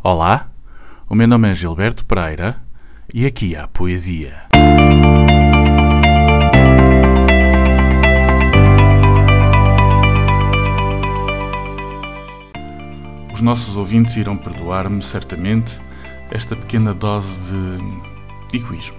Olá, o meu nome é Gilberto Pereira e aqui há poesia. Os nossos ouvintes irão perdoar-me, certamente, esta pequena dose de egoísmo.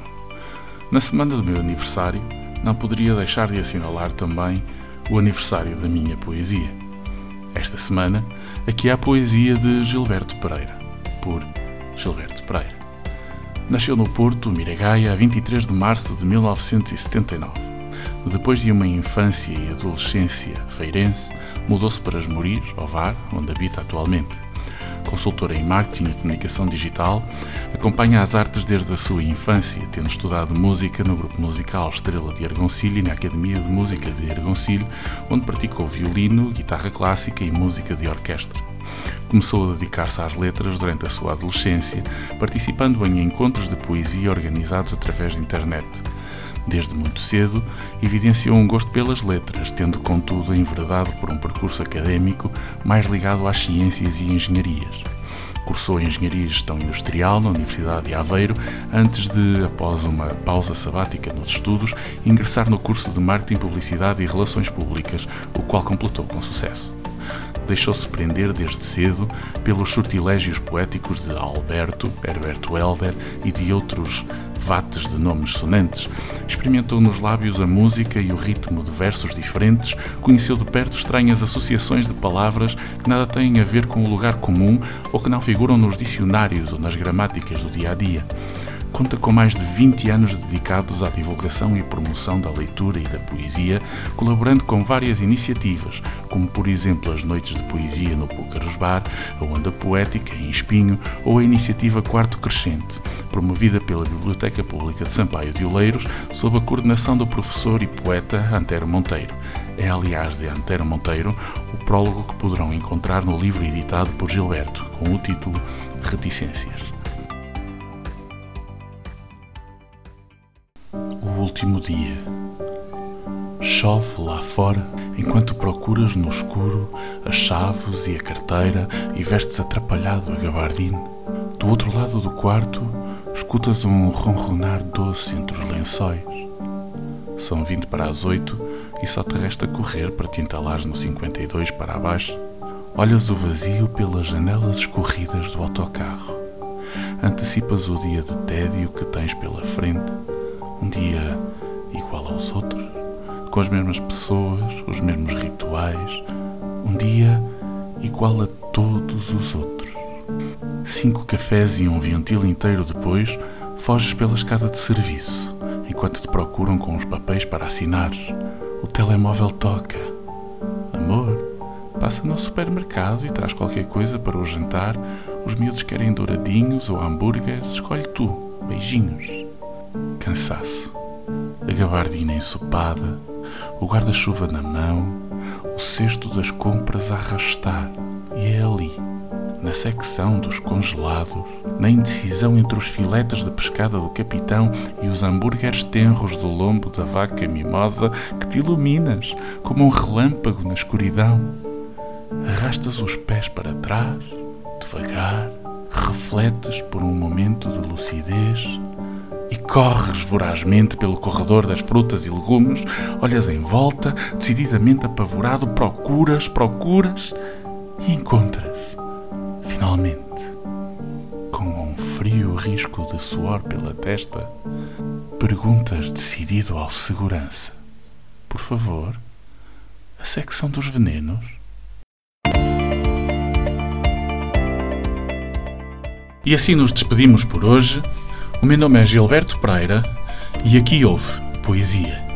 Na semana do meu aniversário, não poderia deixar de assinalar também o aniversário da minha poesia. Esta semana, aqui há a poesia de Gilberto Pereira, por Gilberto Pereira. Nasceu no Porto, Miragaia, a 23 de março de 1979. Depois de uma infância e adolescência feirense, mudou-se para Esmoriz, Ovar, onde habita atualmente. Consultora em marketing e comunicação digital, acompanha as artes desde a sua infância, tendo estudado música no grupo musical Estrela de Argoncilho e na Academia de Música de Argoncilho, onde praticou violino, guitarra clássica e música de orquestra. Começou a dedicar-se às letras durante a sua adolescência, participando em encontros de poesia organizados através da internet. Desde muito cedo, evidenciou um gosto pelas letras, tendo, contudo, enveredado por um percurso académico mais ligado às ciências e engenharias. Cursou Engenharia e Gestão Industrial na Universidade de Aveiro, antes de, após uma pausa sabática nos estudos, ingressar no curso de Marketing, Publicidade e Relações Públicas, o qual completou com sucesso. Deixou-se prender desde cedo pelos sortilégios poéticos de Alberto, Herberto Helder e de outros vates de nomes sonantes. Experimentou nos lábios a música e o ritmo de versos diferentes, conheceu de perto estranhas associações de palavras que nada têm a ver com o lugar comum ou que não figuram nos dicionários ou nas gramáticas do dia-a-dia. Conta com mais de 20 anos dedicados à divulgação e promoção da leitura e da poesia, colaborando com várias iniciativas, como por exemplo as Noites de Poesia no Púcaros Bar, a Onda Poética em Espinho ou a iniciativa Quarto Crescente, promovida pela Biblioteca Pública de Sampaio de Oleiros, sob a coordenação do professor e poeta Antero Monteiro. É, aliás, de Antero Monteiro o prólogo que poderão encontrar no livro editado por Gilberto, com o título Reticências. O último dia. Chove lá fora, enquanto procuras no escuro as chaves e a carteira e vestes atrapalhado a gabardine. Do outro lado do quarto, escutas um ronronar doce entre os lençóis. São 20 para as 8 e só te resta correr para te entalares no 52 para abaixo. Olhas o vazio pelas janelas escorridas do autocarro. Antecipas o dia de tédio que tens pela frente. Um dia igual aos outros, com as mesmas pessoas, os mesmos rituais. Um dia igual a todos os outros. 5 cafés e um ventil inteiro depois, foges pela escada de serviço, enquanto te procuram com os papéis para assinares. O telemóvel toca. Amor, passa no supermercado e traz qualquer coisa para o jantar. Os miúdos querem douradinhos ou hambúrgueres. Escolhe tu. Beijinhos. Cansaço, a gabardina ensopada, o guarda-chuva na mão, o cesto das compras a arrastar. E é ali, na secção dos congelados, na indecisão entre os filetes de pescada do capitão e os hambúrgueres tenros do lombo da vaca mimosa, que te iluminas como um relâmpago na escuridão. Arrastas os pés para trás, devagar, refletes por um momento de lucidez e corres vorazmente pelo corredor das frutas e legumes, olhas em volta, decididamente apavorado, procuras e encontras, finalmente, com um frio risco de suor pela testa, perguntas decidido ao segurança: por favor, a secção dos venenos? E assim nos despedimos por hoje. O meu nome é Gilberto Pereira e aqui houve poesia.